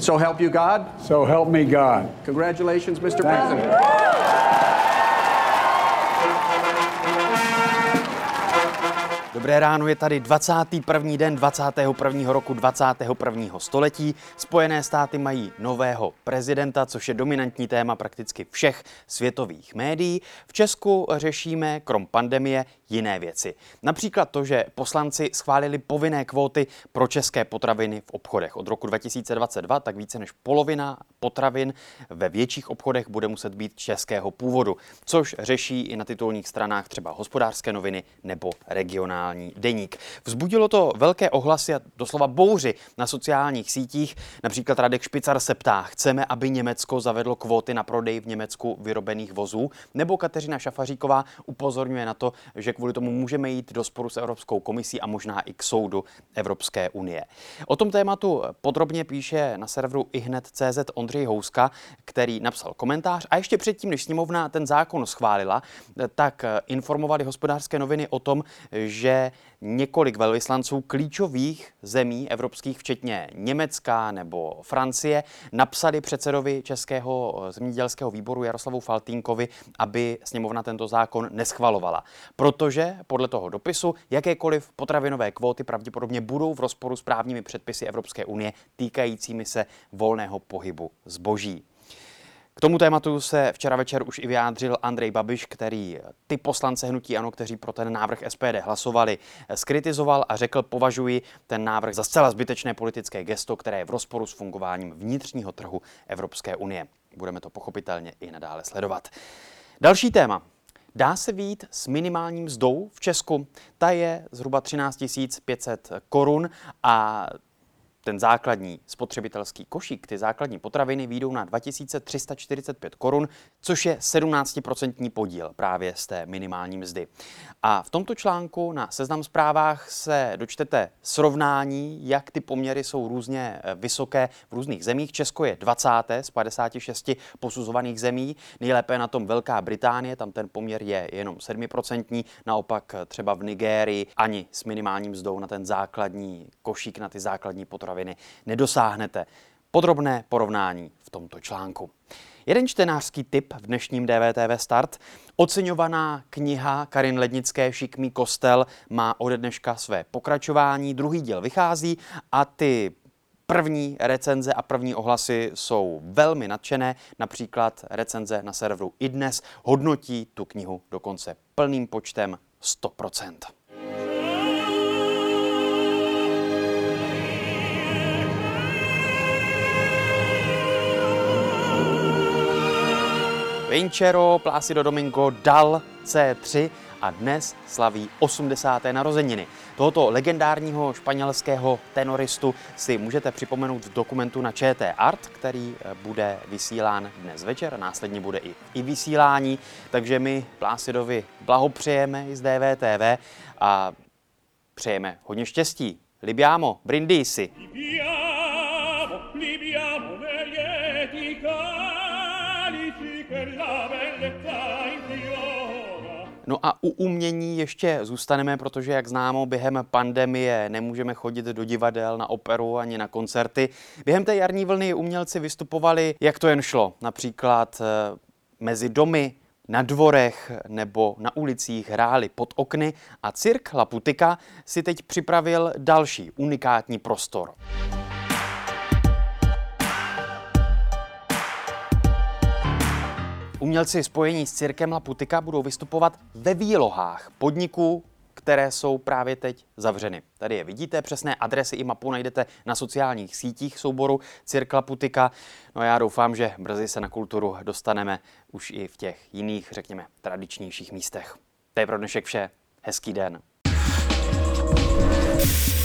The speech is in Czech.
So help you God? So help me God. Congratulations, Mr. President. Dobré ráno, je tady 21. den 21. roku 21. století. Spojené státy mají nového prezidenta, což je dominantní téma prakticky všech světových médií. V Česku řešíme krom pandemie jiné věci. Například to, že poslanci schválili povinné kvóty pro české potraviny v obchodech. Od roku 2022 tak více než polovina potravin ve větších obchodech bude muset být českého původu, což řeší i na titulních stranách třeba Hospodářské noviny nebo Regionální deník. Vzbudilo to velké ohlasy a doslova bouři na sociálních sítích. Například Radek Špicar se ptá, chceme, aby Německo zavedlo kvóty na prodej v Německu vyrobených vozů, nebo Kateřina Šafaříková upozorňuje na to, že kvůli tomu můžeme jít do sporu s Evropskou komisí a možná i k soudu Evropské unie. O tom tématu podrobně píše na serveru ihned.cz Ondřej Houska, který napsal komentář a ještě předtím, než sněmovna ten zákon schválila, tak informovali Hospodářské noviny o tom, že několik velvyslanců klíčových zemí evropských, včetně Německa nebo Francie, napsali předsedovi Českého zemědělského výboru Jaroslavu Faltýnkovi, aby sněmovna tento zákon neschvalovala. Protože podle toho dopisu jakékoliv potravinové kvóty pravděpodobně budou v rozporu s právními předpisy Evropské unie týkajícími se volného pohybu zboží. K tomu tématu se včera večer už i vyjádřil Andrej Babiš, který ty poslance hnutí ANO, kteří pro ten návrh SPD hlasovali, zkritizoval a řekl, považuji ten návrh za zcela zbytečné politické gesto, které je v rozporu s fungováním vnitřního trhu Evropské unie. Budeme to pochopitelně i nadále sledovat. Další téma. Dá se vyjít s minimální mzdou v Česku? Ta je zhruba 13 500 korun a ten základní spotřebitelský košík, ty základní potraviny vyjdou na 2345 korun, což je 17% podíl právě z té minimální mzdy. A v tomto článku na Seznam Zprávách se dočtete srovnání, jak ty poměry jsou různě vysoké v různých zemích. Česko je 20. z 56 posuzovaných zemí, nejlépe na tom Velká Británie, tam ten poměr je jenom 7%, naopak třeba v Nigérii ani s minimální mzdou na ten základní košík, na ty základní potraviny nedosáhnete. Podrobné porovnání v tomto článku. Jeden čtenářský tip v dnešním DVTV Start. Oceňovaná kniha Karin Lednické Šikmý kostel má ode dneška své pokračování. Druhý díl vychází a ty první recenze a první ohlasy jsou velmi nadšené. Například recenze na serveru iDnes hodnotí tu knihu dokonce plným počtem 100%. Vincero Plácido Domingo dal C3 a dnes slaví 80. narozeniny. Tohoto legendárního španělského tenoristu si můžete připomenout v dokumentu na ČT Art, který bude vysílán dnes večer, následně bude i vysílání, takže my Plácidovi blahopřejeme i z DVTV a přejeme hodně štěstí. Libiamo, brindisi. No a u umění ještě zůstaneme, protože jak známo, během pandemie nemůžeme chodit do divadel, na operu ani na koncerty. Během té jarní vlny umělci vystupovali, jak to jen šlo, například mezi domy, na dvorech nebo na ulicích hráli pod okny a cirk La Putica si teď připravil další unikátní prostor. Umělci spojení s cirkem La Putica budou vystupovat ve výlohách podniků, které jsou právě teď zavřeny. Tady je vidíte, přesné adresy i mapu najdete na sociálních sítích souboru Cirk La Putica. No a já doufám, že brzy se na kulturu dostaneme už i v těch jiných, řekněme, tradičnějších místech. To je pro dnešek vše. Hezký den.